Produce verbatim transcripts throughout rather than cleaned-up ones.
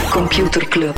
Computer Club.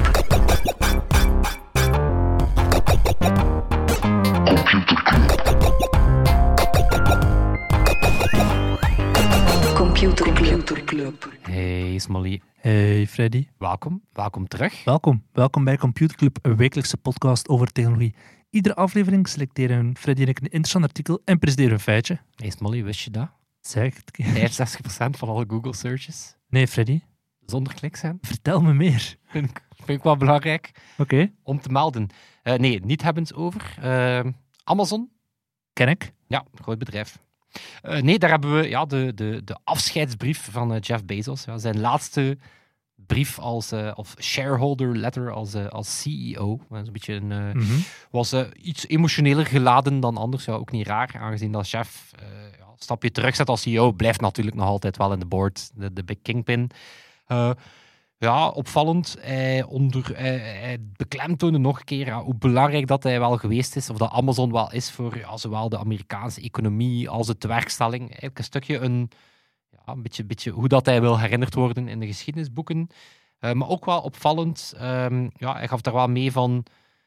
Computer Computer Club. Hey Smolly. Hey Freddy. Welkom, welkom terug. Welkom. Welkom bij Computer Club, een wekelijkse podcast over technologie. Iedere aflevering selecteren Freddy en ik een interessant artikel en presenteren een feitje. Hey Smolly, wist je dat? Zeg het. vijfenzestig procent van alle Google searches Nee, Freddy. zonder kliks zijn. Vertel me meer. Vind ik, vind ik wel belangrijk Oké. Okay. om te melden. Uh, nee, niet hebben ze over. Uh, Amazon. Ken ik. Ja, groot bedrijf. Uh, nee, daar hebben we ja, de, de, de afscheidsbrief van uh, Jeff Bezos. Ja, zijn laatste brief als uh, of shareholder letter als, uh, als C E O. Dat is een beetje een, uh, mm-hmm. was uh, iets emotioneler geladen dan anders. Ja, ook niet raar, aangezien dat Jeff uh, ja, een stapje terug zet als C E O. Blijft natuurlijk nog altijd wel in de board, de, de big kingpin. Uh, ja, opvallend. Hij, onder, hij, hij beklemtoonde nog een keer ja, hoe belangrijk dat hij wel geweest is, of dat Amazon wel is voor ja, zowel de Amerikaanse economie als de tewerkstelling. Eigenlijk een stukje een, ja, een beetje, beetje hoe dat hij wil herinnerd worden in de geschiedenisboeken. Uh, maar ook wel opvallend. Um, ja, hij gaf daar wel mee van,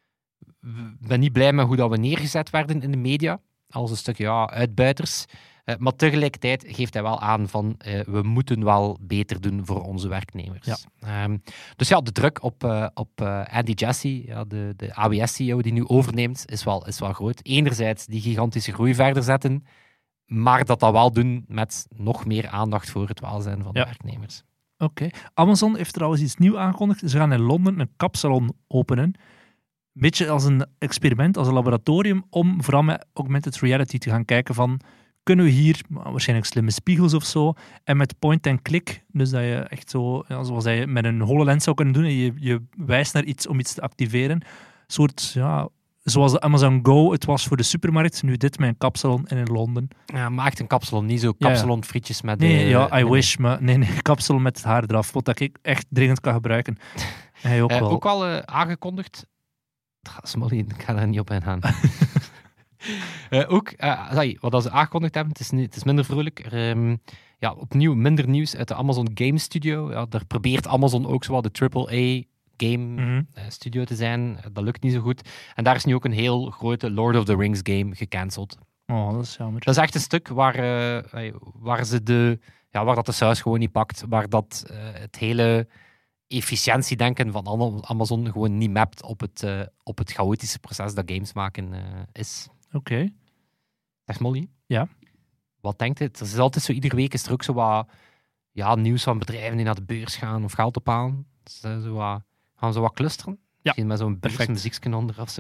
ik ben niet blij met hoe dat we neergezet werden in de media, als een stukje ja, uitbuiters. Uh, maar tegelijkertijd geeft hij wel aan van uh, we moeten wel beter doen voor onze werknemers. Ja. Um, dus ja, de druk op, uh, op uh, Andy Jassy, ja, de, de A W S C E O die nu overneemt, is wel, is wel groot. Enerzijds die gigantische groei verder zetten, maar dat dat wel doen met nog meer aandacht voor het welzijn van ja. de werknemers. Oké. Okay. Amazon heeft trouwens iets nieuws aangekondigd. Ze gaan in Londen een kapsalon openen. Een beetje als een experiment, als een laboratorium, om vooral met augmented reality te gaan kijken van kunnen we hier, waarschijnlijk slimme spiegels of zo, en met point-and-click, dus dat je echt zo, ja, zoals je met een HoloLens zou kunnen doen, en je, je wijst naar iets om iets te activeren. Een soort, ja, zoals de Amazon Go het was voor de supermarkt, nu dit met een kapsalon en in Londen. Ja, maar echt een kapsalon, niet zo kapsalon frietjes met... Nee, de, ja, I nee, wish, maar nee, nee, kapsalon met het haar eraf, wat ik echt dringend kan gebruiken. En hij ook uh, wel. Ook wel uh, aangekondigd, Smolly, ik ga daar niet op ingaan. Uh, ook, uh, sorry, wat ze aangekondigd hebben, het is, het is minder vrolijk. Um, ja, opnieuw minder nieuws uit de Amazon Game Studio. Ja, daar probeert Amazon ook zowel de triple A game mm-hmm. uh, studio te zijn. Uh, dat lukt niet zo goed. En daar is nu ook een heel grote Lord of the Rings game gecanceld. Oh, dat is jammer. Dat is echt een stuk waar, uh, waar, ze de, ja, waar dat de saus gewoon niet pakt. Waar dat uh, het hele efficiëntiedenken van Amazon gewoon niet mapt op het, uh, op het chaotische proces dat games maken uh, is. Oké. Okay. Zeg Molly. Ja? Wat denkt het? Er is altijd zo, iedere week is er ook zo wat ja, nieuws van bedrijven die naar de beurs gaan of geld ophalen. Dus, uh, zo wat, gaan we zo wat clusteren? Ja. Misschien met zo'n beursmuziekje onder of zo.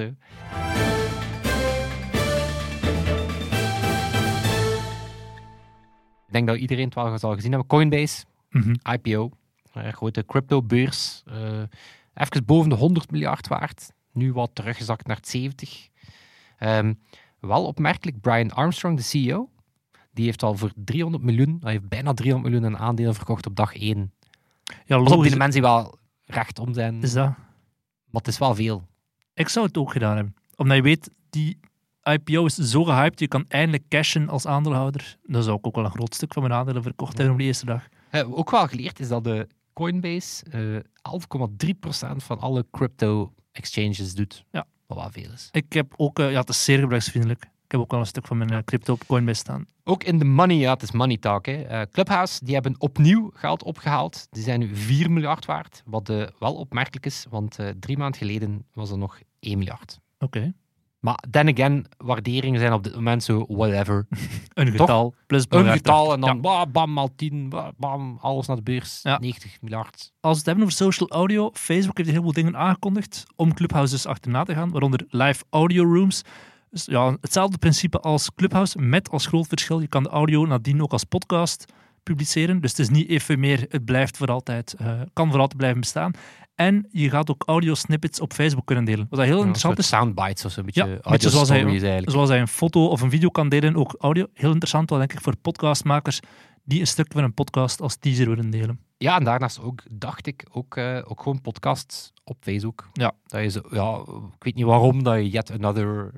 Ik denk dat iedereen het wel zal gezien hebben. Coinbase, mm-hmm. I P O, een grote crypto-beurs. Uh, even boven de honderd miljard waard. Nu wat teruggezakt naar het zeventig. Um, Wel opmerkelijk, Brian Armstrong, de C E O, die heeft al voor driehonderd miljoen, hij heeft bijna driehonderd miljoen aan aandelen verkocht op dag één. Ja, logisch. Op die mensen die wel recht om zijn. Is dat? Maar het is wel veel. Ik zou het ook gedaan hebben. Omdat je weet, die I P O is zo gehyped, je kan eindelijk cashen als aandeelhouder. Dan zou ik ook wel een groot stuk van mijn aandelen verkocht hebben op de eerste dag. Uh, ook wel geleerd is dat de Coinbase uh, elf komma drie procent van alle crypto exchanges doet. Ja. Wat wel veel is. Ik heb ook, uh, ja, het is zeer gebruiksvriendelijk. Ik heb ook wel een stuk van mijn uh, crypto op Coinbase staan. Ook in de money, ja, het is money talk. Hè. Uh, Clubhouse, die hebben opnieuw geld opgehaald. Die zijn nu vier miljard waard, wat uh, wel opmerkelijk is, want uh, drie maanden geleden was er nog één miljard. Oké. Okay. Maar then again, waarderingen zijn op dit moment zo whatever. Een getal. Toch? Plus een getal en dan ja. bam, bam, maal tien, bam, alles naar de beurs. Ja. negentig miljard. Als we het hebben over social audio, Facebook heeft heel veel dingen aangekondigd om Clubhouse dus achterna te gaan, waaronder live audio rooms. Dus ja, hetzelfde principe als Clubhouse, met als groot verschil. Je kan de audio nadien ook als podcast publiceren. Dus het is niet efemer, het blijft voor altijd, uh, kan voor altijd blijven bestaan. En je gaat ook audio-snippets op Facebook kunnen delen. Wat dat heel ja, interessant is. Soundbites of zo, een beetje ja, beetje zoals hij, eigenlijk. Zoals hij een foto of een video kan delen, ook audio. Heel interessant, wel denk ik, voor podcastmakers die een stuk van een podcast als teaser willen delen. Ja, en daarnaast ook, dacht ik, ook, uh, ook gewoon podcasts op Facebook. Ja. Dat je zo, ja, ik weet niet waarom, dat je yet another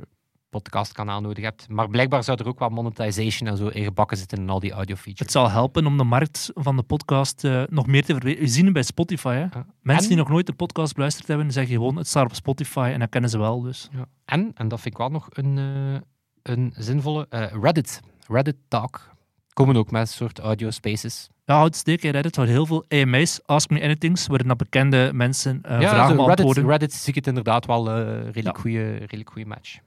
podcastkanaal nodig hebt. Maar blijkbaar zou er ook wel monetization en zo ingebakken zitten in al die audio features. Het zal helpen om de markt van de podcast uh, nog meer te verbeteren. We zien het bij Spotify. Hè? Ja. Mensen En, die nog nooit de podcast beluisterd hebben, zeggen gewoon het staat op Spotify en dat kennen ze wel. Dus. ja. en, en dat vind ik wel nog een, uh, een zinvolle, uh, Reddit. Reddit Talk. Komen ook met een soort audio spaces. Ja, houd steek in Reddit. Houd heel veel A M A's, Ask Me Anythings, waarin dat bekende mensen uh, ja, vragen zo beantwoorden. Reddit, Reddit zie ik het inderdaad wel een uh, redelijk, Ja. goede, redelijk goede match.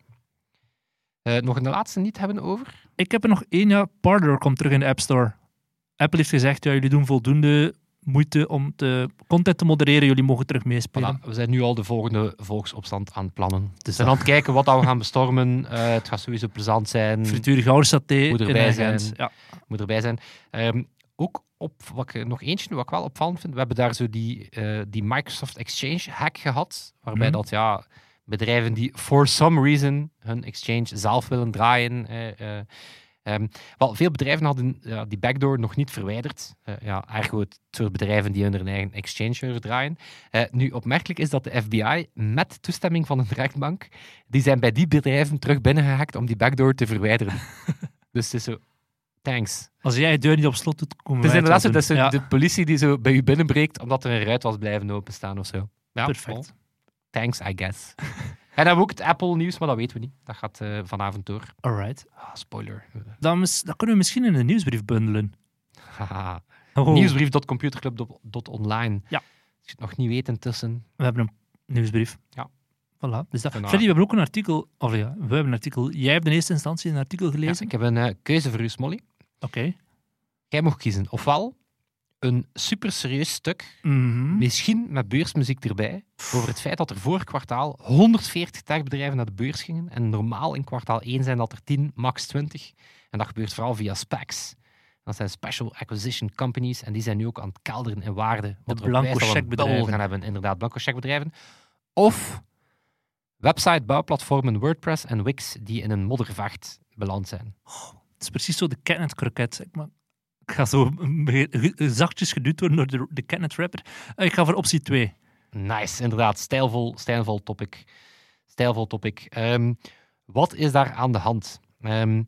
Uh, nog een laatste niet hebben over? Ik heb er nog één, ja. Parler komt terug in de App Store. Apple heeft gezegd, ja, jullie doen voldoende moeite om de content te modereren. Jullie mogen terug meespelen. Voilà, we zijn nu al de volgende volksopstand aan het plannen. Dus we zijn aan het kijken wat we gaan bestormen. Uh, het gaat sowieso plezant zijn. Frituur goudsaté Moet in erbij zijn. Gent. Ja. Moet erbij zijn. Um, ook op, wat ik, nog eentje wat ik wel opvallend vind. We hebben daar zo die, uh, die Microsoft Exchange hack gehad. Waarbij Mm. dat, ja... bedrijven die for some reason hun exchange zelf willen draaien. Eh, uh, um, wel, veel bedrijven hadden uh, die backdoor nog niet verwijderd. Uh, ja, ergo het soort bedrijven die hun eigen exchange willen draaien. Uh, nu, opmerkelijk is dat de F B I met toestemming van een rechtbank, die zijn bij die bedrijven terug binnengehackt om die backdoor te verwijderen. Dus het is zo... Thanks. Als jij je deur niet op slot doet, komen Het is wij inderdaad zo, het dat is wel zo doen. de politie die zo bij u binnenbreekt omdat er een ruit was blijven openstaan of zo. Ja, Ja, perfect. bon. Thanks, I guess. En dan hebben we ook het Apple-nieuws, maar dat weten we niet. Dat gaat uh, vanavond door. Alright. Ah, spoiler. Dan, mis- dan kunnen we misschien in een nieuwsbrief bundelen. Haha. Oh. Nieuwsbrief dot computerclub dot online. Ja. Als je het nog niet weet intussen. We hebben een nieuwsbrief. Ja. Voilà. Dus dat. Vandaar. Freddy, we hebben ook een artikel. Of ja, we hebben een artikel. Jij hebt in eerste instantie een artikel Ja, gelezen. ik heb een uh, keuze voor u, Smolly. Oké. Jij mag kiezen. Ofwel een super serieus stuk, Mhm. misschien met beursmuziek erbij, over het feit dat er vorig kwartaal honderdveertig techbedrijven naar de beurs gingen. En normaal in kwartaal één zijn dat er tien, max twintig. En dat gebeurt vooral via SPACs. Dat zijn Special Acquisition Companies. En die zijn nu ook aan het kelderen in waarde. Wat De erop wijst dat we een blanco-checkbedrijven. bubbel gaan hebben. Inderdaad, blanco-checkbedrijven. Of website, bouwplatformen Wordpress en Wix die in een moddervacht beland zijn. Het is precies zo de Catnet kroket. Ik, ma- ik ga zo een be- ge- zachtjes geduwd worden door de, de Catnet rapper. Uh, ik ga voor optie twee. Nice, inderdaad. Stijlvol, stijlvol topic. Stijlvol topic. Ehm, wat is daar aan de hand? Ehm,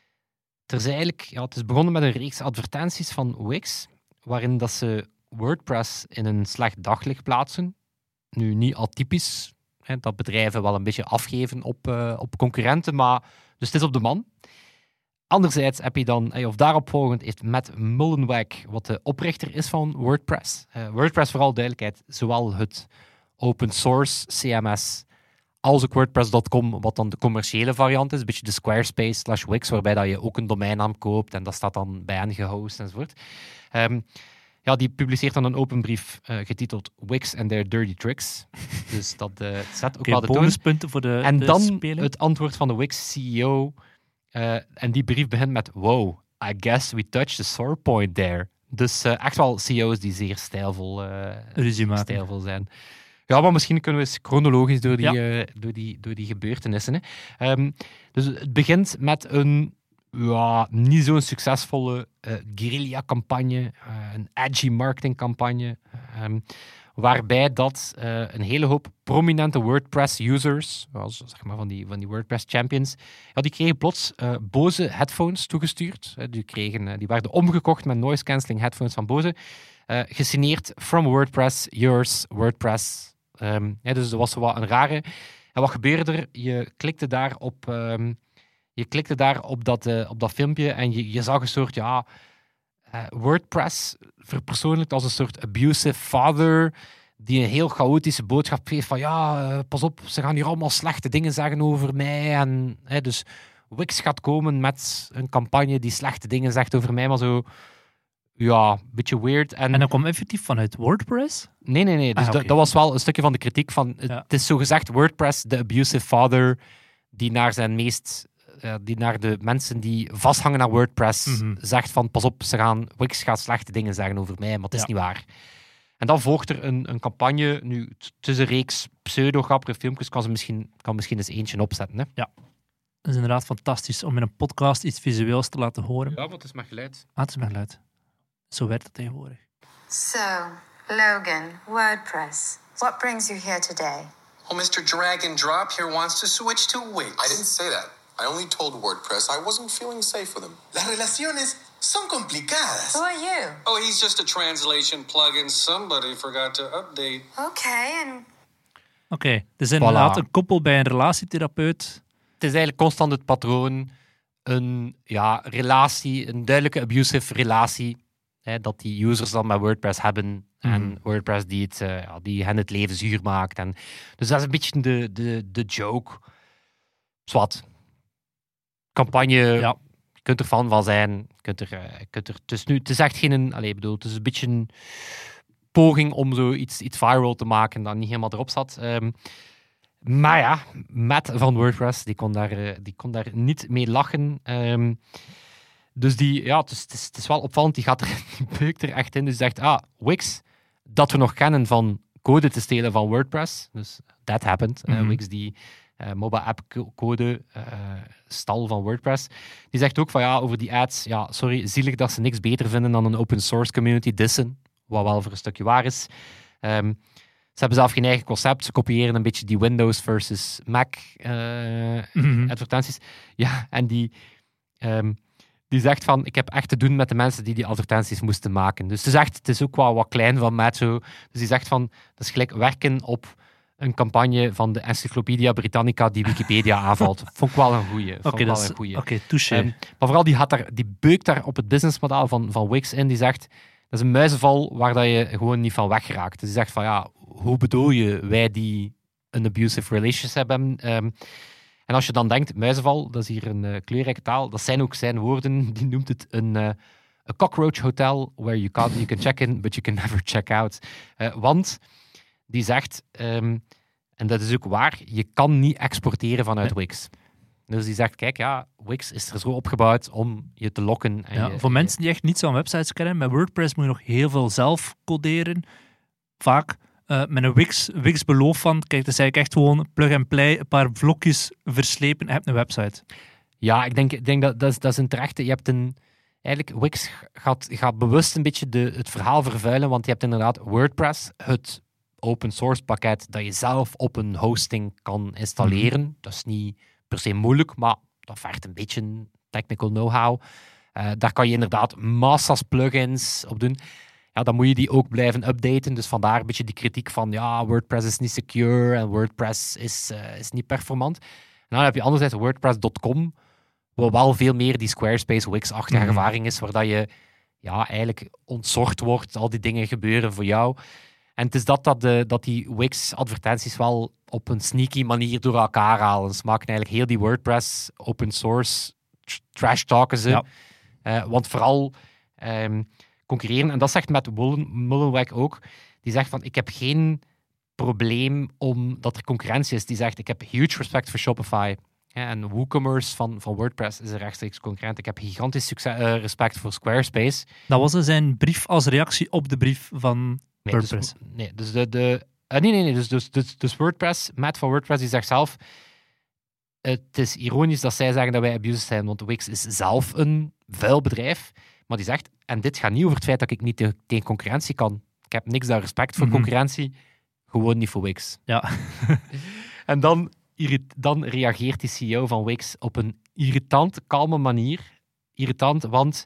er is eigenlijk, ja, het is begonnen met een reeks advertenties van Wix, waarin dat ze WordPress in een slecht daglicht plaatsen. Nu, niet atypisch, hè, dat bedrijven wel een beetje afgeven op, uh, op concurrenten, maar dus het is op de man. Anderzijds heb je dan, of daaropvolgend, heeft Matt Mullenweg, wat de oprichter is van WordPress. Uh, WordPress, vooral duidelijkheid, zowel het open source C M S als ook WordPress dot com, wat dan de commerciële variant is, een beetje de Squarespace slash Wix, waarbij dat je ook een domeinnaam koopt en dat staat dan bij hen gehost enzovoort. Um, ja, die publiceert dan een open brief uh, getiteld Wix and Their Dirty Tricks. Dus dat uh, zet ook Oké, wel de toon. bonuspunten voor de, En de dan speler. het antwoord van de Wix C E O. Uh, en die brief begint met: Wow, I guess we touched a sore point there. Dus uh, echt wel C E O's die zeer stijlvol, uh, Ruzie maken. stijlvol zijn. Ja, maar misschien kunnen we eens chronologisch door die, Ja. uh, door die, door die gebeurtenissen. Hè. Um, dus het begint met een ja, niet zo'n succesvolle uh, guerrilla-campagne, uh, een edgy marketingcampagne, um, waarbij dat uh, een hele hoop prominente WordPress-users, zoals zeg maar van die, van die WordPress-champions, ja, die kregen plots uh, Bose headphones toegestuurd. Uh, die, kregen, uh, die werden omgekocht met noise-cancelling headphones van Bose, uh, gesigneerd from WordPress, yours, WordPress. Um, ja, dus dat was zo wat een rare. En wat gebeurde er? Je klikte daar op... Um, Je klikte daar op dat, uh, op dat filmpje en je, je zag een soort, ja, uh, WordPress verpersoonlijkt als een soort abusive father die een heel chaotische boodschap geeft van, ja, uh, pas op, ze gaan hier allemaal slechte dingen zeggen over mij. En, hè, dus Wix gaat komen met een campagne die slechte dingen zegt over mij, maar zo, ja, een beetje weird. En, En dat kwam effectief vanuit WordPress? nee, nee, nee. Dus Ah, dat, oké. dat was wel een stukje van de kritiek van, het, Ja. het is zogezegd WordPress, de abusive father, die naar zijn meest... Uh, die naar de mensen die vasthangen aan WordPress Mhm. zegt van pas op, ze gaan, Wix gaat slechte dingen zeggen over mij, maar het is Ja. niet waar. En dan volgt er een, een campagne, nu het is een reeks pseudo-grappige filmpjes, kan ze misschien, kan misschien eens eentje opzetten. Hè? Dat is inderdaad fantastisch om in een podcast iets visueels te laten horen. Ja, wat is mijn geluid? Ah, het is mijn geluid. Zo werkt het tegenwoordig. So, Logan, WordPress. What brings you here today? Oh, Mister Drag and Drop here wants to switch to Wix. I didn't say that. I only told WordPress I wasn't feeling safe with him. Las relaciones son complicadas. Who are you? Oh, he's just a translation plugin somebody forgot to update. Okay, and... Oké, okay, dus inderdaad een koppel bij een relatietherapeut. Het is eigenlijk constant het patroon. Een ja, relatie, een duidelijke abusive relatie. Hè, dat die users dan met WordPress hebben. Mm. En WordPress die, het, uh, ja, die hen het leven zuur maakt. En, dus dat is een beetje de, de, de joke. Zwat. Campagne, ja. Je kunt er fan van zijn. Je kunt er, uh, je kunt er, het, is nu, het is echt geen... Allez, bedoel, het is een beetje een poging om zo iets, iets viral te maken dat niet helemaal erop zat. Um, maar ja, Matt van WordPress, die kon daar, uh, die kon daar niet mee lachen. Um, dus die, ja, het is, het, is, het is wel opvallend. Die gaat er, die beukt er echt in. Dus zegt, ah, Wix, dat we nog kennen van code te stelen van WordPress. Dus that happened. Mm-hmm. Uh, Wix die... Uh, mobile app code uh, stal van WordPress. Die zegt ook van ja, over die ads, ja, sorry, zielig dat ze niks beter vinden dan een open source community dissen, wat wel voor een stukje waar is. Um, ze hebben zelf geen eigen concept, ze kopiëren een beetje die Windows versus Mac uh, mm-hmm. advertenties. Ja, en die, um, die zegt van, ik heb echt te doen met de mensen die die advertenties moesten maken. Dus het is echt, het is ook wel wat klein van Matt zo. Dus die zegt van, dat is gelijk werken op een campagne van de Encyclopedia Britannica die Wikipedia aanvalt. Vond ik wel een goeie. Oké, okay, dat is... Oké, okay, touché. Um, maar vooral, die, had daar, die beukt daar op het businessmodel van, van Wix in. Die zegt, dat is een muizenval waar dat je gewoon niet van weggeraakt. Dus die zegt van, ja, hoe bedoel je wij die een abusive relationship hebben? Um, en als je dan denkt, muizenval, dat is hier een uh, kleurrijke taal, dat zijn ook zijn woorden. Die noemt het een uh, a cockroach hotel where you can, you can check in, but you can never check out. Uh, want... Die zegt, um, en dat is ook waar, je kan niet exporteren vanuit nee. Wix. Dus die zegt, kijk, ja, Wix is er zo opgebouwd om je te lokken. En ja, je, voor je... mensen die echt niet zo'n websites kennen, met WordPress moet je nog heel veel zelf coderen. Vaak. Uh, met een Wix, Wix beloof van, kijk, dat is eigenlijk echt gewoon plug and play, een paar vlokjes verslepen en je hebt een website. Ja, ik denk, ik denk dat, dat, is, dat is een terechte. Je hebt een... Eigenlijk, Wix gaat, gaat bewust een beetje de, het verhaal vervuilen, want je hebt inderdaad WordPress, het open source pakket dat je zelf op een hosting kan installeren. Mm-hmm. Dat is niet per se moeilijk, maar dat vergt een beetje technical know-how. Uh, daar kan je inderdaad massa's plugins op doen. Ja, dan moet je die ook blijven updaten. Dus vandaar een beetje die kritiek van ja, WordPress is niet secure en WordPress is, uh, is niet performant. En dan heb je anderzijds WordPress punt com, wat wel veel meer die Squarespace Wix-achtige mm-hmm. ervaring is, waar dat je ja, eigenlijk ontzorgd wordt, al die dingen gebeuren voor jou. En het is dat, dat, de, dat die Wix-advertenties wel op een sneaky manier door elkaar halen. Ze maken eigenlijk heel die WordPress open source trash-talken ze. Ja. Uh, want vooral um, concurreren, en dat zegt met Mullenweg ook, die zegt van, ik heb geen probleem omdat er concurrentie is. Die zegt, ik heb huge respect voor Shopify. Ja, en WooCommerce van, van WordPress is een rechtstreeks concurrent. Ik heb gigantisch succes, uh, respect voor Squarespace. Dat was zijn brief als reactie op de brief van... Nee, WordPress. Dus, nee, dus de... de uh, nee, nee, nee. Dus, dus, dus, dus WordPress, Matt van WordPress, die zegt zelf... Het is ironisch dat zij zeggen dat wij abusive zijn, want Wix is zelf een vuil bedrijf. Maar die zegt, en dit gaat niet over het feit dat ik niet tegen, tegen concurrentie kan. Ik heb niks daar respect voor mm-hmm. concurrentie. Gewoon niet voor Wix. Ja. En dan, dan reageert die C E O van Wix op een irritant, kalme manier. Irritant, want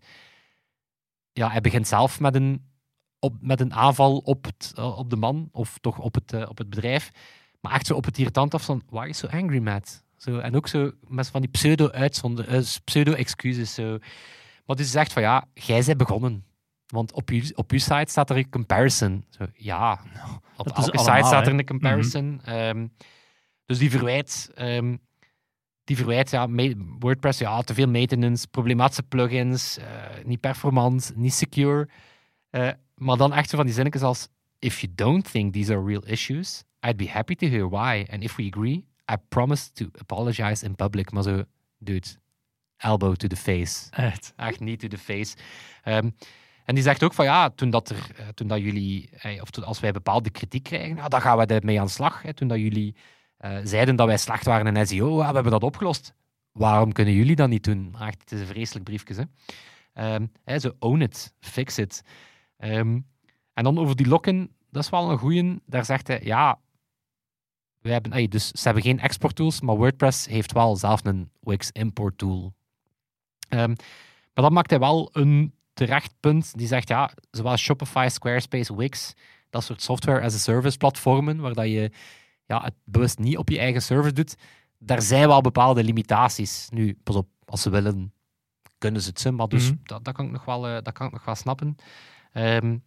ja, hij begint zelf met een Op, met een aanval op, het, uh, op de man, of toch op het, uh, op het bedrijf. Maar echt zo op het irritant af van, why are you so angry, Matt? Zo, en ook zo met van die pseudo-uitzonder, uh, pseudo-excuses. Zo. Maar dus zegt van, ja, jij bent begonnen. Want op je, op uw site staat er een comparison. Zo, ja, op dat elke allemaal, site staat er een comparison. Mm-hmm. Um, dus die verwijt... Um, Die verwijt, ja, WordPress, ja, te veel maintenance, problematische plugins, uh, niet performant, niet secure... Uh, Maar dan echt zo van die zinnetjes als if you don't think these are real issues, I'd be happy to hear why. And if we agree, I promise to apologize in public. Maar zo, dude, elbow to the face. Echt? Echt niet to the face. Um, en die zegt ook van ja, toen dat, er, uh, toen dat jullie, uh, of toen, als wij bepaalde kritiek krijgen, nou, dan gaan we ermee aan de slag. Hè. Toen dat jullie uh, zeiden dat wij slecht waren in S E O, ja, we hebben dat opgelost. Waarom kunnen jullie dat niet doen? Echt, het is een vreselijk briefje. Hè. Um, hè, zo own it, fix it. Um, en dan over die lokken, dat is wel een goeie. Daar zegt hij, ja, wij hebben, ey, dus ze hebben geen exporttools, maar WordPress heeft wel zelf een Wix import tool. Um, maar dat maakt hij wel een terecht punt. Die zegt, ja, zowel Shopify, Squarespace, Wix, dat soort software as a service platformen, waar dat je ja, het bewust niet op je eigen server doet, daar zijn wel bepaalde limitaties. Nu, pas op, als ze willen, kunnen ze het zijn, maar dus Mhm. dat, dat, kan ik nog wel, uh, dat kan ik nog wel snappen. Um,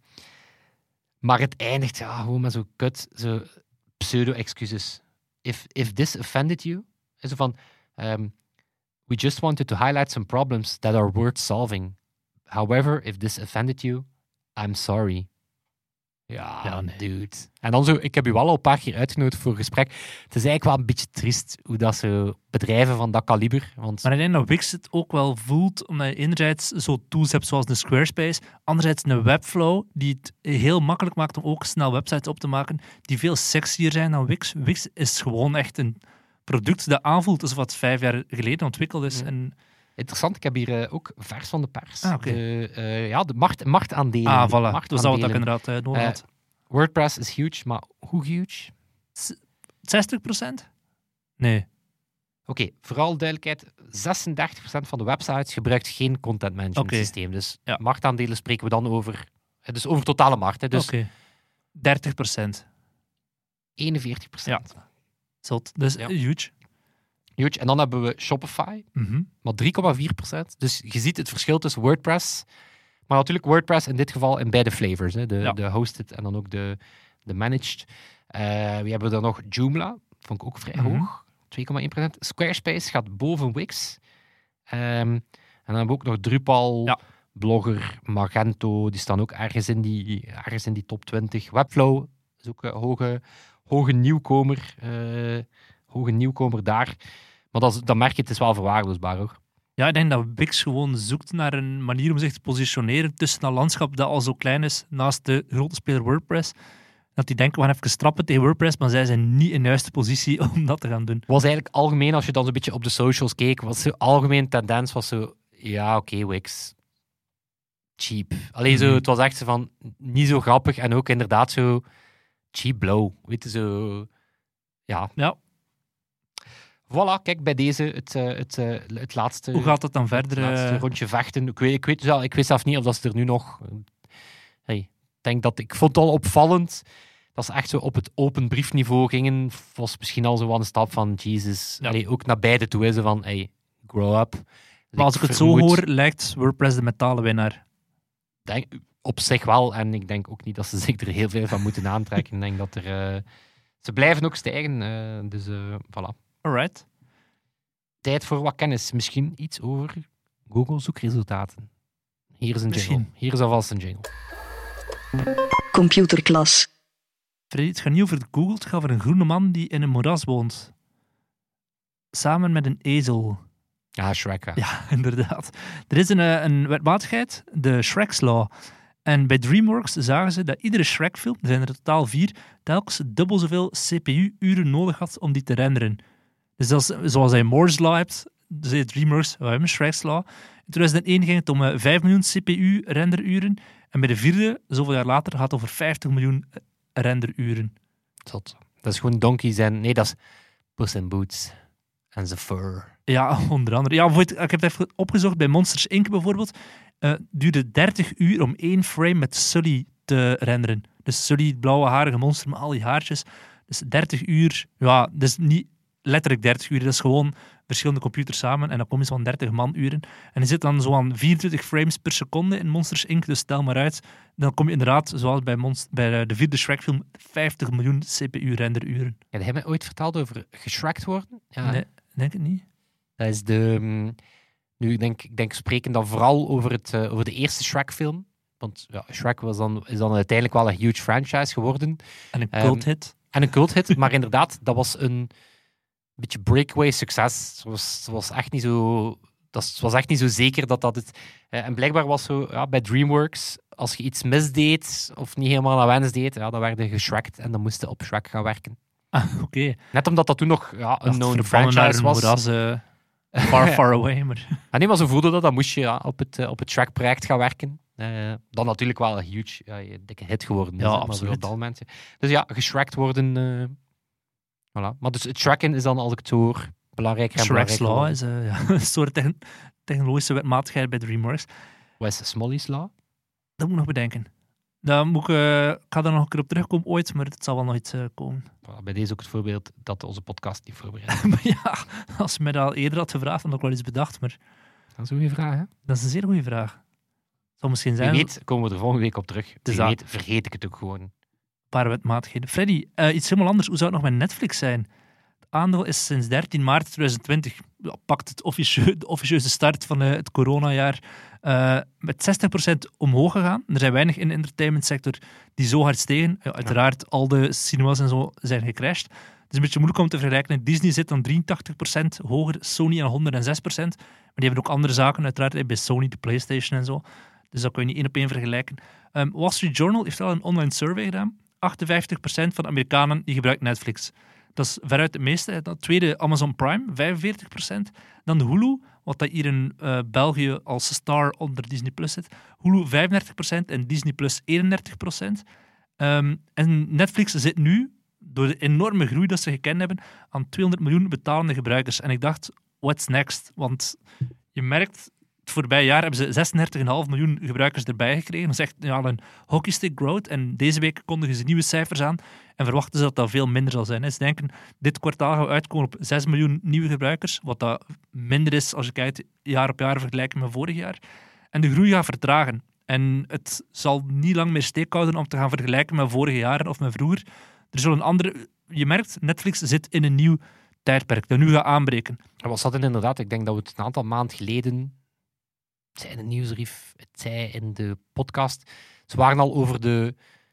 maar het eindigt ja, gewoon met zo'n kut, zo pseudo-excuses. If, if this offended you, is er van, um, we just wanted to highlight some problems that are worth solving. However, if this offended you, I'm sorry. Ja, Ja, nee. dude. En dan zo, ik heb u wel al een paar keer uitgenodigd voor gesprek. Het is eigenlijk wel een beetje triest hoe dat zo bedrijven van dat kaliber. Want Maar ik denk dat Wix het ook wel voelt, omdat je enerzijds zo tools hebt zoals de Squarespace, anderzijds een Webflow, die het heel makkelijk maakt om ook snel websites op te maken, die veel sexier zijn dan Wix. Wix is gewoon echt een product dat aanvoelt alsof het vijf jaar geleden ontwikkeld is. Ja. En, interessant, ik heb hier uh, ook vers van de pers. Ah, oké. de, uh, ja, de macht, marktaandelen. ah, voilà. Marktaandelen. Dat is wat ik inderdaad uh, nodig Eh, had. WordPress is huge, maar hoe huge? zestig procent? Nee. Oké, okay, vooral duidelijkheid, zesendertig procent van de websites gebruikt geen content management Oké. systeem. Dus Ja. marktaandelen spreken we dan over, dus over totale markt. Hè, dus Oké. dertig procent. eenenveertig procent. Zot. Dus Ja. huge. Huge. En dan hebben we Shopify, Mhm. maar drie komma vier procent. Dus je ziet het verschil tussen WordPress, maar natuurlijk WordPress in dit geval in beide flavors. Hè, de, Ja. de hosted en dan ook de, de managed. Uh, we hebben dan nog Joomla, vond ik ook vrij Mhm. hoog, twee komma één procent. Squarespace gaat boven Wix. Um, en dan hebben we ook nog Drupal, Ja. Blogger, Magento, die staan ook ergens in die, ergens in die top twintig. Webflow is ook een hoge, hoge nieuwkomer. Uh, hoge nieuwkomer daar. Maar dat, is, dat merk je, het is wel verwaarloosbaar hoor. Ja, ik denk dat Wix gewoon zoekt naar een manier om zich te positioneren tussen dat landschap dat al zo klein is, naast de grote speler WordPress. Dat die denken, we gaan even strappen tegen WordPress, maar zij zijn niet in de juiste positie om dat te gaan doen. Was eigenlijk algemeen, als je dan zo'n beetje op de socials keek, was de algemeen tendens was zo, ja oké, okay, Wix. Cheap. Alleen zo, Mhm. het was echt zo van, niet zo grappig en ook inderdaad zo cheap blow. Weet je, zo... Ja. Ja. Voilà, kijk, bij deze het, uh, het, uh, het laatste... Hoe gaat het dan verder? Het laatste eh? rondje vechten. Ik weet, ik, weet zelf, ik weet zelf niet of dat ze er nu nog... Hey, ik, denk dat, ik vond het al opvallend dat ze echt zo op het open briefniveau gingen. Was misschien al zo wel een stap van Jesus. Ja. Allee, ook naar beide toe. Hè, zo van, hey, grow up. Dus Maar als ik het zo vermoed- hoor, lijkt WordPress de metalen winnaar. Denk, op zich wel. En ik denk ook niet dat ze zich er heel veel van moeten aantrekken. Ik denk dat er... Uh, ze blijven ook stijgen. Uh, dus uh, voilà. Alright. Tijd voor wat kennis. Misschien iets over Google zoekresultaten. Hier is een Misschien. jingle. Hier is alvast een jingle. Computerklas. Freddy, het gaat niet over Google, het gaat over een groene man die in een moeras woont. Samen met een ezel. Ja, Shrek. Ja. Ja, inderdaad. Er is een, eh, een wetmatigheid, de Shrek's Law. En bij DreamWorks zagen ze dat iedere Shrek-film, er zijn er totaal vier, telkens dubbel zoveel C P U-uren nodig had om die te renderen. Dus dat is, zoals hij Moore's Law hebt, zei DreamWorks, we hebben Shrek's Law. In tweeduizend één ging het om uh, vijf miljoen C P U-renderuren. En bij de vierde, zoveel jaar later, gaat het over vijftig miljoen renderuren. Zot. Dat is gewoon donkeys en... Nee, dat is Puss in Boots. En zijn fur. Ja, onder andere. Ja, ik heb het even opgezocht. Bij Monsters Incorporated bijvoorbeeld uh, duurde dertig uur om één frame met Sully te renderen. Dus Sully, het blauwe harige monster met al die haartjes. Dus dertig uur. Ja, dat is niet letterlijk dertig uur. Dat is gewoon verschillende computers samen. En dan kom je zo aan dertig man-uren. En je zit dan zo aan vierentwintig frames per seconde in Monsters Incorporated. Dus stel maar uit. Dan kom je inderdaad, zoals bij, Monst- bij de vierde Shrek-film, vijftig miljoen C P U-renderuren. Heb jij mij ooit verteld over geshrekt worden? Ja. Nee, denk ik niet. Dat is de... um, Nu, ik denk, ik denk spreken dan vooral over, het, uh, over de eerste Shrek-film. Want ja, Shrek was dan, is dan uiteindelijk wel een huge franchise geworden. En een Ehm, cult-hit. En een culthit, maar inderdaad, dat was een beetje breakaway succes. Het was, het was echt niet zo... Dat was echt niet zo zeker dat dat het... Uh, en blijkbaar was zo, ja, bij DreamWorks, als je iets misdeed of niet helemaal naar wens deed, ja, dan werd je geshrekt en dan moest je op Shrek gaan werken. Ah, oké. Okay. Net omdat dat toen nog ja, een known Verbannen naar franchise een was. moeras, uh, far, far away. Maar... Ah, nee, maar zo voelde dat. Dan moest je ja, op het, uh, op het Shrek-project gaan werken. Uh, dan natuurlijk wel een huge, uh, dikke hit geworden. Ja, dus, hè, maar absoluut. zo op dat moment. Dus ja, geshrekt worden... Uh, Voilà. Maar dus het tracken is dan, als ik het hoor, belangrijker en Shrek's belangrijker. Law is uh, ja, een soort techn- technologische wetmatigheid bij DreamWorks. Wat is Smolly's Law? Dat moet ik nog bedenken. Dan moet ik, uh, ik ga daar nog een keer op terugkomen ooit, maar het zal wel nog iets uh, komen. Voilà, bij deze ook het voorbeeld dat onze podcast niet voorbereidt. Maar ja, als je mij dat al eerder had gevraagd, dan had ik wel iets bedacht. Maar Dat is een goede vraag, hè? dat is een zeer goede vraag. Het zal misschien zijn Wie een weet, komen we er volgende week op terug. Dus Wie dat- weet, vergeet ik het ook gewoon. paar wetmatigheden. Freddy, uh, iets helemaal anders. Hoe zou het nog met Netflix zijn? Het aandeel is sinds dertien maart tweeduizend twintig, ja, pakt het officie- de officieuze start van uh, het coronajaar, uh, met zestig procent omhoog gegaan. Er zijn weinig in de entertainmentsector die zo hard stegen. Ja, uiteraard, al de cinemas en zo zijn gecrashed. Het is een beetje moeilijk om te vergelijken. Disney zit dan drieëntachtig procent hoger, Sony aan honderdzes procent. Maar die hebben ook andere zaken, uiteraard, bij Sony, de PlayStation en zo. Dus dat kun je niet één op één vergelijken. Um, Wall Street Journal heeft wel een online survey gedaan. achtenvijftig procent van de Amerikanen die gebruikt Netflix. Dat is veruit het meeste. Dan tweede Amazon Prime, vijfenveertig procent. Dan de Hulu, wat dat hier in uh, België als Star onder Disney Plus zit. Hulu vijfendertig procent en Disney Plus eenendertig procent. Um, en Netflix zit nu, door de enorme groei dat ze gekend hebben, aan tweehonderd miljoen betalende gebruikers. En ik dacht, what's next? Want je merkt, het voorbije jaar hebben ze zesendertig komma vijf miljoen gebruikers erbij gekregen. Dat is echt ja, een hockeystick growth. En deze week kondigen ze nieuwe cijfers aan en verwachten ze dat dat veel minder zal zijn. Ze denken, dit kwartaal gaan we uitkomen op zes miljoen nieuwe gebruikers, wat dat minder is als je kijkt jaar op jaar vergelijken met vorig jaar. En de groei gaat vertragen. En het zal niet lang meer steek houden om te gaan vergelijken met vorige jaren of met vroeger. Er zullen andere... Je merkt, Netflix zit in een nieuw tijdperk dat nu gaat aanbreken. En wat zat er inderdaad? Ik denk dat we het een aantal maanden geleden, het zij in de nieuwsbrief, het zij in de podcast, ze waren al over de...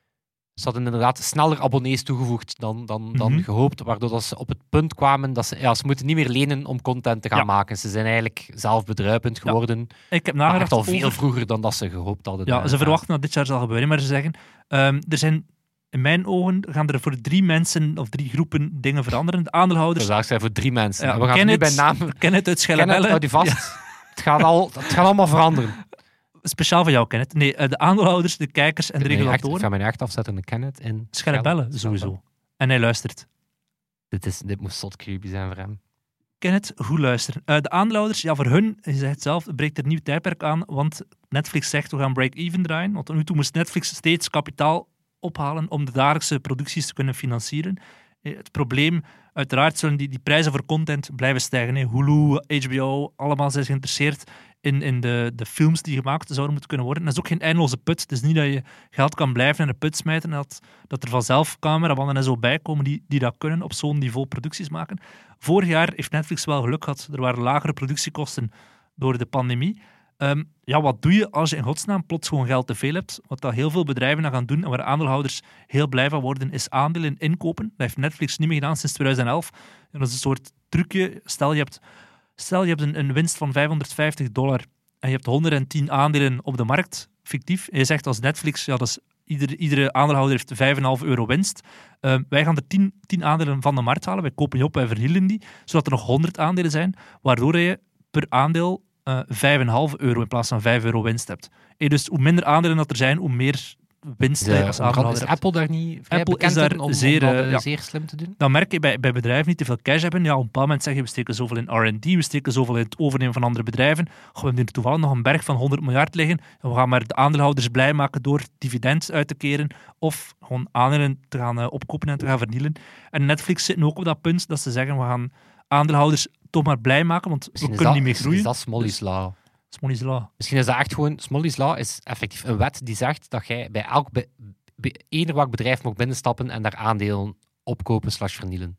Ze hadden inderdaad sneller abonnees toegevoegd dan, dan, dan Mhm. gehoopt, waardoor dat ze op het punt kwamen dat ze... Ja, ze moeten niet meer lenen om content te gaan Ja. maken. Ze zijn eigenlijk zelfbedruipend Ja. geworden. Ik heb Maar nagedacht echt al veel over... vroeger dan dat ze gehoopt hadden. Ja, Eh, ze verwachten dat dit jaar zal gebeuren, maar ze zeggen, um, er zijn in mijn ogen gaan er voor drie mensen of drie groepen dingen veranderen. De aandeelhouders, Dus dat zijn voor drie mensen. Ja, En we gaan het nu bij Kenneth- naam... Kenneth uit Kenneth, Schellebelle. houd je vast. Het, gaat al, het gaat allemaal veranderen. Speciaal voor jou, Kenneth. Nee, uh, de aandeelhouders, de kijkers en de Ik ga regulatoren. mijn echt afzetten, een Kenneth in Schellebelle, Schelle- sowieso. En hij luistert. Dit, is, dit moest zot creepy zijn voor hem. Kenneth, goed luisteren. Uh, de aandeelhouders, ja, voor hun, je zegt het zelf, breekt er een nieuw tijdperk aan, want Netflix zegt, we gaan break-even draaien. Want tot nu toe moest Netflix steeds kapitaal ophalen om de dagelijkse producties te kunnen financieren. Eh, Het probleem, uiteraard zullen die, die prijzen voor content blijven stijgen. Hè. Hulu, H B O, allemaal zijn geïnteresseerd in, in de, de films die gemaakt zouden moeten kunnen worden. En dat is ook geen eindeloze put. Het is niet dat je geld kan blijven in de put smijten en dat, dat er vanzelf cameramannen en zo bij komen die, die dat kunnen op zo'n niveau producties maken. Vorig jaar heeft Netflix wel geluk gehad. Er waren lagere productiekosten door de pandemie. Um, ja, wat doe je als je in godsnaam plots gewoon geld te veel hebt? Wat dat heel veel bedrijven dan gaan doen en waar aandeelhouders heel blij van worden, is aandelen inkopen. Dat heeft Netflix niet meer gedaan sinds tweeduizend elf. En dat is een soort trucje. Stel, je hebt, stel, je hebt een, een winst van vijfhonderdvijftig dollar en je hebt honderdtien aandelen op de markt, fictief. En je zegt als Netflix, ja, dat is, iedere, iedere aandeelhouder heeft vijf komma vijf euro winst. Um, wij gaan er tien, tien aandelen van de markt halen. Wij kopen die op, wij verhielen die, zodat er nog honderd aandelen zijn, waardoor je per aandeel Uh, vijf komma vijf euro in plaats van vijf euro winst hebt. Hey, dus hoe minder aandelen dat er zijn, hoe meer winst je als De, aandeelhouder is hebt. Apple daar niet vrij Apple bekend is daar in om, zeer, om dat eh, eh, ja. zeer slim te doen? Dan merk je bij, bij bedrijven die te veel cash hebben. Ja, op een bepaald moment zeggen we steken zoveel in R en D, we steken zoveel in het overnemen van andere bedrijven. Goh, we hebben hier toevallig nog een berg van honderd miljard liggen. En we gaan maar de aandeelhouders blij maken door dividend uit te keren of gewoon aandelen te gaan uh, opkopen en te gaan vernielen. En Netflix zit nu ook op dat punt dat ze zeggen we gaan aandeelhouders toch maar blij maken, want Misschien we is kunnen dat, niet meer groeien. Is dat Smolly's Law? Smolly's Law. Misschien is dat echt gewoon... Smolly's Law is effectief een wet die zegt dat jij bij elk be, be, eender welk bedrijf mag binnenstappen en daar aandelen opkopen slash vernielen.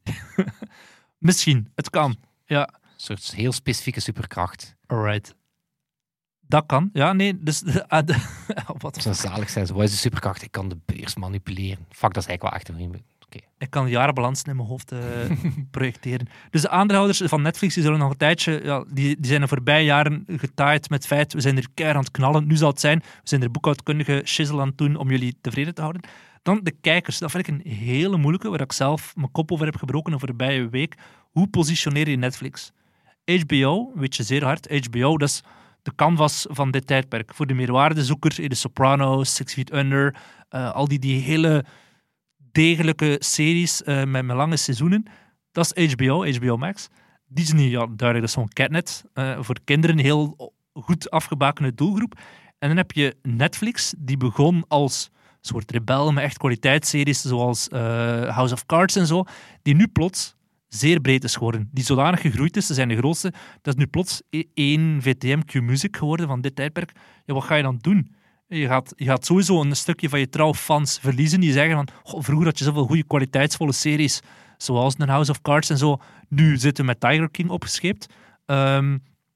Misschien, het kan. Ja, Een soort heel specifieke superkracht. alright. Dat kan. Ja, nee, dus... Uh, de, wat Dat zou zalig zijn. Zo, wat is de superkracht? Ik kan de beurs manipuleren. Fuck, dat is eigenlijk wel echt een vriend. Okay. Ik kan de jarenbalansen in mijn hoofd uh, projecteren. Dus de aandeelhouders van Netflix die zullen nog een tijdje... Ja, die, die zijn de voorbije jaren getaaid met het feit we zijn er keihard aan het knallen. Nu zal het zijn, we zijn er boekhoudkundige shizzle aan het doen om jullie tevreden te houden. Dan de kijkers. Dat vind ik een hele moeilijke, waar ik zelf mijn kop over heb gebroken de voorbije week. Hoe positioneer je Netflix? H B O, weet je zeer hard. H B O, dat is de canvas van dit tijdperk. Voor de meerwaardezoeker, The Sopranos, Six Feet Under, uh, al die, die hele degelijke series uh, met, met lange seizoenen. Dat is H B O, H B O Max. Disney, ja, duidelijk, dat is gewoon catnet. Uh, voor kinderen een heel goed afgebakende doelgroep. En dan heb je Netflix, die begon als soort rebel met echt kwaliteitsseries zoals uh, House of Cards en zo, die nu plots zeer breed is geworden. Die zodanig gegroeid is, ze zijn de grootste, dat is nu plots één V T M Q-Music geworden van dit tijdperk. Ja, wat ga je dan doen? Je gaat, je gaat sowieso een stukje van je trouwfans verliezen die zeggen van goh, vroeger had je zoveel goede kwaliteitsvolle series zoals een House of Cards en zo. Nu zitten we met Tiger King opgescheept. Um,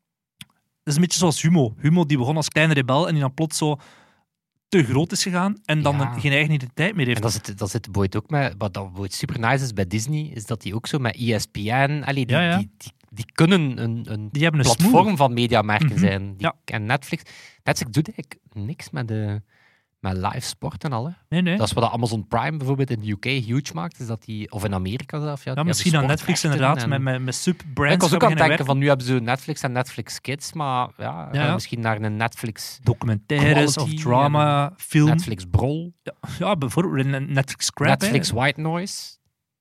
dat is een beetje zoals Humo. Humo die begon als kleine rebel en die dan plots zo te groot is gegaan en dan Ja. geen eigen identiteit meer heeft. En dat zit, dat zit Boyd ook met. Wat dat Boyd super nice is bij Disney, is dat die ook zo met E S P N. Allee, die, Ja, ja. Die, die, die kunnen een, een Die hebben een platform smooth. van mediamerken Mhm. zijn. Die, Ja. En Netflix. Netflix doet eigenlijk niks met, de, met live sport en al. Hè. Nee, nee. Dat is wat Amazon Prime bijvoorbeeld in de U K huge maakt. Is dat die, of in Amerika zelf. Ja, Ja, die misschien aan hebben Netflix sportrechten inderdaad, en- met, met, met subbrands. ik was ook gaan aan het denken beginnen van nu hebben ze Netflix en Netflix Kids, maar ja, Ja, ja. misschien naar een Netflix, werken. Documentaires Quality of drama, film. Netflix Brol, Ja, bijvoorbeeld een Netflix Crap. Netflix hè. White Noise.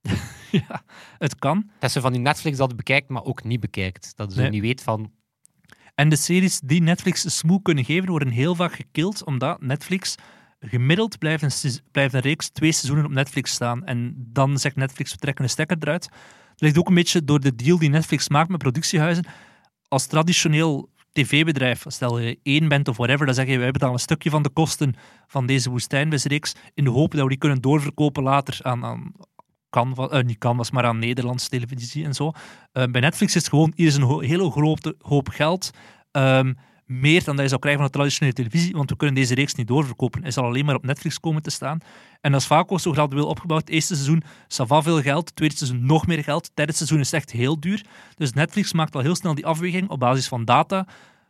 Ja, het kan. Dat is zo van die Netflix dat bekijkt, maar ook niet bekijkt. Dat je zo Nee. niet weet van... En de series die Netflix smooth kunnen geven, worden heel vaak gekild, omdat Netflix gemiddeld blijft een, se- blijft een reeks twee seizoenen op Netflix staan. En dan zegt Netflix, we trekken een stekker eruit. Dat ligt ook een beetje door de deal die Netflix maakt met productiehuizen. Als traditioneel tv-bedrijf, stel je één bent of whatever, dan zeg je, wij betalen een stukje van de kosten van deze woestijnvisreeks in de hoop dat we die kunnen doorverkopen later aan... aan Canvas, uh, niet Canvas, maar aan Nederlandse televisie en zo. Uh, bij Netflix is het gewoon, hier is een ho- hele grote hoop geld. Um, meer dan dat je zou krijgen van de traditionele televisie, want we kunnen deze reeks niet doorverkopen. Hij zal alleen maar op Netflix komen te staan. En dat is vaak ook zo gradueel opgebouwd. Het eerste seizoen, ça va veel geld. Het tweede seizoen nog meer geld. Het derde seizoen is echt heel duur. Dus Netflix maakt al heel snel die afweging op basis van data.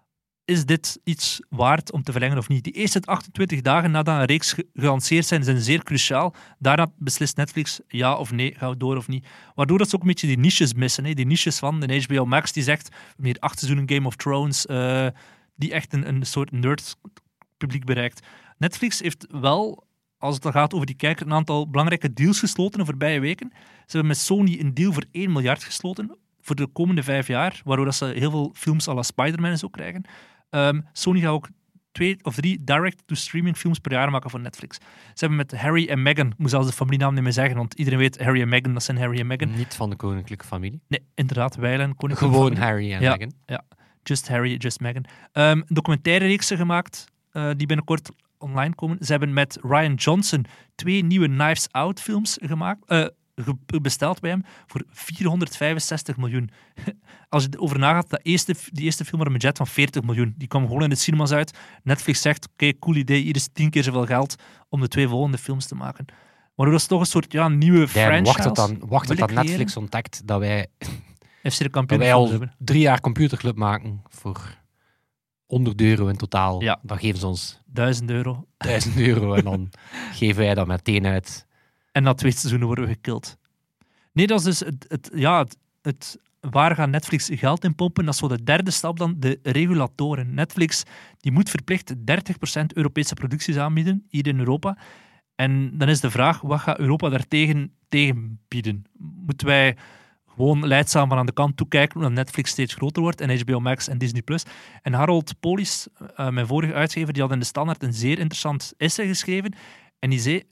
Is dit iets waard om te verlengen of niet? Die eerste achtentwintig dagen nadat een reeks ge- gelanceerd zijn, zijn zeer cruciaal. Daarna beslist Netflix ja of nee, gaan we door of niet. Waardoor dat ze ook een beetje die niches missen. Hè? Die niches van de H B O Max, die zegt, meer acht seizoenen Game of Thrones, uh, die echt een, een soort nerd-publiek bereikt. Netflix heeft wel, als het dan gaat over die kijker, een aantal belangrijke deals gesloten de voorbije weken. Ze hebben met Sony een deal voor één miljard gesloten voor de komende vijf jaar, waardoor dat ze heel veel films à la Spider-Man en zo krijgen. Um, Sony gaat ook twee of drie direct-to-streaming films per jaar maken voor Netflix. Ze hebben met Harry en Meghan, ik moet zelfs de familienaam niet meer zeggen, want iedereen weet Harry en Meghan, dat zijn Harry en Meghan. Niet van de koninklijke familie. Nee, inderdaad, Weilen, koninklijke Gewoon familie. Harry en Ja. Meghan. Ja, just Harry, just Meghan. Um, documentaire reeksen gemaakt, uh, die binnenkort online komen. Ze hebben met Ryan Johnson twee nieuwe Knives Out films gemaakt, uh, ge- besteld bij hem voor vierhonderdvijfenzestig miljoen. Als je erover nagaat, dat eerste, die eerste film had een budget van veertig miljoen. Die kwam gewoon in de cinemas uit. Netflix zegt, oké, okay, cool idee, hier is tien keer zoveel geld om de twee volgende films te maken. Waardoor dat is toch een soort ja, nieuwe Damn, franchise wacht tot dan, wacht tot willen dat creëren. Netflix ontdekt dat wij, F C de dat kampioen wij al hebben. drie jaar computerclub maken voor honderd euro in totaal. Ja. Dan geven ze ons Duizend euro. duizend euro en dan geven wij dat meteen uit. En na twee seizoenen worden we gekild. Nee, dat is dus het, het, ja, het, het, waar gaat Netflix geld in pompen? Dat is zo de derde stap dan, de regulatoren. Netflix die moet verplicht dertig procent Europese producties aanbieden, hier in Europa. En dan is de vraag, wat gaat Europa daartegen tegen bieden? Moeten wij gewoon leidzaam van aan de kant toekijken omdat Netflix steeds groter wordt en H B O Max en Disney Plus. En Harold Polis, uh, mijn vorige uitgever, die had in de Standaard een zeer interessant essay geschreven en die zei,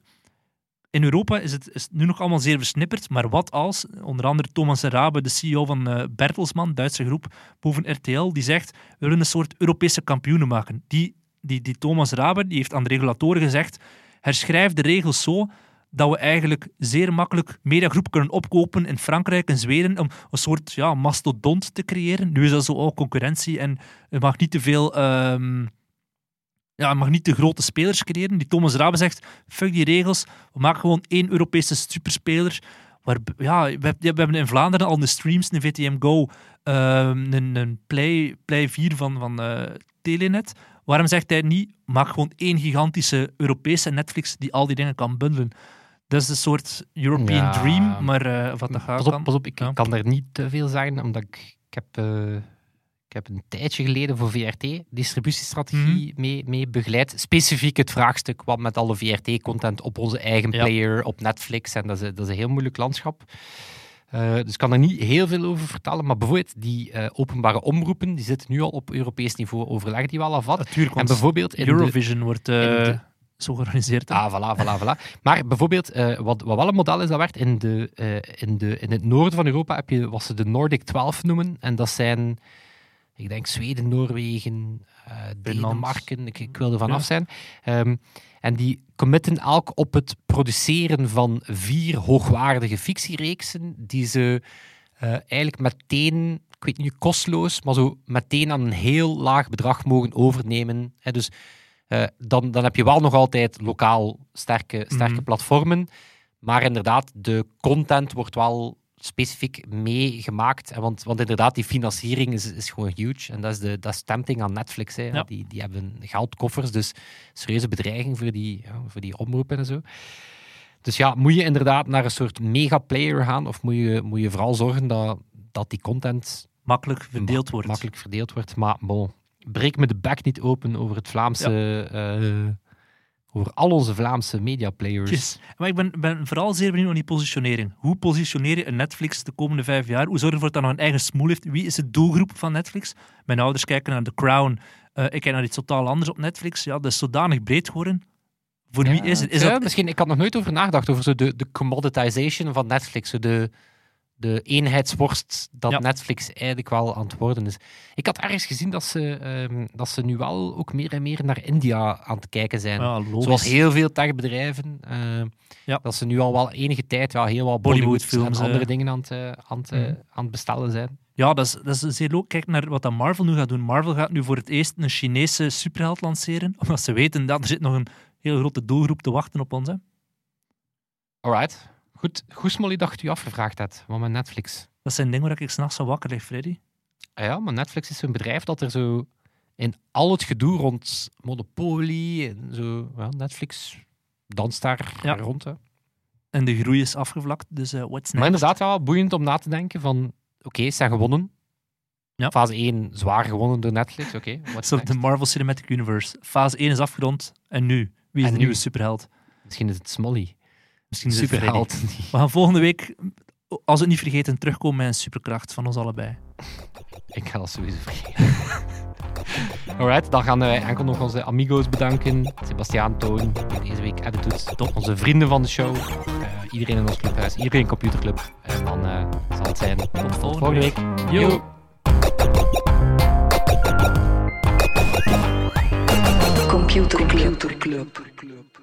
in Europa is het, is het nu nog allemaal zeer versnipperd, maar wat als, onder andere Thomas Rabe, de C E O van uh, Bertelsmann, Duitse groep, boven R T L, die zegt, we willen een soort Europese kampioenen maken. Die, die, die Thomas Rabe die heeft aan de regulatoren gezegd, herschrijf de regels zo dat we eigenlijk zeer makkelijk mediagroepen kunnen opkopen in Frankrijk en Zweden om een soort ja, mastodont te creëren. Nu is dat zo ook concurrentie en je mag niet te veel... Um, ja, je mag niet te grote spelers creëren. Die Thomas Rabe zegt, fuck die regels, we maken gewoon één Europese superspeler. Waar, ja, we, we hebben in Vlaanderen al de streams, een V T M Go, um, een, een Play, Play vier van, van uh, Telenet. Waarom zegt hij niet, maak gewoon één gigantische Europese Netflix die al die dingen kan bundelen? Dat is een soort European Ja. Dream, maar uh, wat dat gaat Pas op, kan. pas op ik Ja. kan daar niet te veel zeggen, omdat ik, ik heb... Uh... Ik heb een tijdje geleden voor V R T distributiestrategie Mhm. mee, mee begeleid. Specifiek het vraagstuk wat met alle V R T-content op onze eigen Ja. player, op Netflix. En dat is, dat is een heel moeilijk landschap. Uh, dus ik kan er niet heel veel over vertellen. Maar bijvoorbeeld die uh, openbare omroepen, die zitten nu al op Europees niveau, overleggen die wel af wat. Natuurlijk, en bijvoorbeeld in Eurovision de, wordt uh, de, zo georganiseerd. Hè? Ah, voilà, voilà, voilà. Maar bijvoorbeeld, uh, wat, wat wel een model is dat werkt, in, de, uh, in, de, in het noorden van Europa heb je wat ze de Nordic twaalf noemen. En dat zijn, ik denk, Zweden, Noorwegen, uh, Denemarken. Ik, ik wil er vanaf ja. zijn. Um, en die committen elk op het produceren van vier hoogwaardige fictiereeksen die ze uh, eigenlijk meteen, ik weet niet, kosteloos, maar zo meteen aan een heel laag bedrag mogen overnemen. Hè, dus uh, dan, dan heb je wel nog altijd lokaal sterke, sterke mm-hmm. platformen, maar inderdaad, de content wordt wel specifiek meegemaakt. Want, want inderdaad, die financiering is, is gewoon huge. En dat is, de, dat is tempting aan Netflix. Hè. Ja. Die, die hebben geldkoffers, dus serieuze bedreiging voor die, ja, voor die omroepen en zo. Dus ja, moet je inderdaad naar een soort megaplayer gaan, of moet je, moet je vooral zorgen dat, dat die content makkelijk verdeeld ma- wordt. Makkelijk verdeeld wordt. Maar bon, breek me de bek niet open over het Vlaamse... Ja. Uh, over al onze Vlaamse mediaplayers. Yes. Maar ik ben, ben vooral zeer benieuwd naar die positionering. Hoe positioneer je een Netflix de komende vijf jaar? Hoe zorg je ervoor dat hij nog een eigen smoel heeft? Wie is de doelgroep van Netflix? Mijn ouders kijken naar The Crown. Uh, ik kijk naar iets totaal anders op Netflix. Ja, dat is zodanig breed geworden. Voor ja, wie is het? Is ja, dat... Misschien, ik had nog nooit over nagedacht, over zo de, de commoditization van Netflix. Zo de, de eenheidsworst dat ja. Netflix eigenlijk wel aan het worden is. Ik had ergens gezien dat ze, um, dat ze nu wel ook meer en meer naar India aan het kijken zijn. Ja, zoals heel veel techbedrijven. Uh, ja. Dat ze nu al wel enige tijd ja, heel wat Bollywood-films en andere uh, dingen aan het, uh, aan, het, uh, mm. aan het bestellen zijn. Ja, dat is, dat is zeer leuk. Kijk naar wat dat Marvel nu gaat doen. Marvel gaat nu voor het eerst een Chinese superheld lanceren, omdat ze weten dat er zit nog een heel grote doelgroep te wachten op ons. Hè. Alright. Goed, goed Smolly, dat je afgevraagd hebt. Wat met Netflix? Dat zijn dingen waar ik s'nachts zo wakker lig, Freddy. Ja, maar Netflix is zo'n bedrijf dat er zo in al het gedoe rond Monopoly en zo... Ja, Netflix danst daar ja. rond. Hè. En de groei is afgevlakt, dus uh, what's next? Maar inderdaad, wel boeiend om na te denken van... Oké, okay, ze zijn gewonnen. Ja. Fase één zwaar gewonnen door Netflix. Oké, okay, what's so next? De Marvel Cinematic Universe. Fase één is afgerond. En nu? Wie is en de nu? nieuwe superheld? Misschien is het Smolly. Misschien is het superheld. Freddy. We gaan volgende week, als we het niet vergeten, terugkomen met een superkracht van ons allebei. Ik ga dat sowieso vergeten. Alright, dan gaan wij enkel nog onze amigo's bedanken. Sebastiaan, Toon, die deze week edit doet. Onze vrienden van de show. Uh, iedereen in ons clubhuis. Iedereen in Computerclub. En dan uh, zal het zijn tot, tot volgende, volgende week. week. Yo! Yo. Computer Club.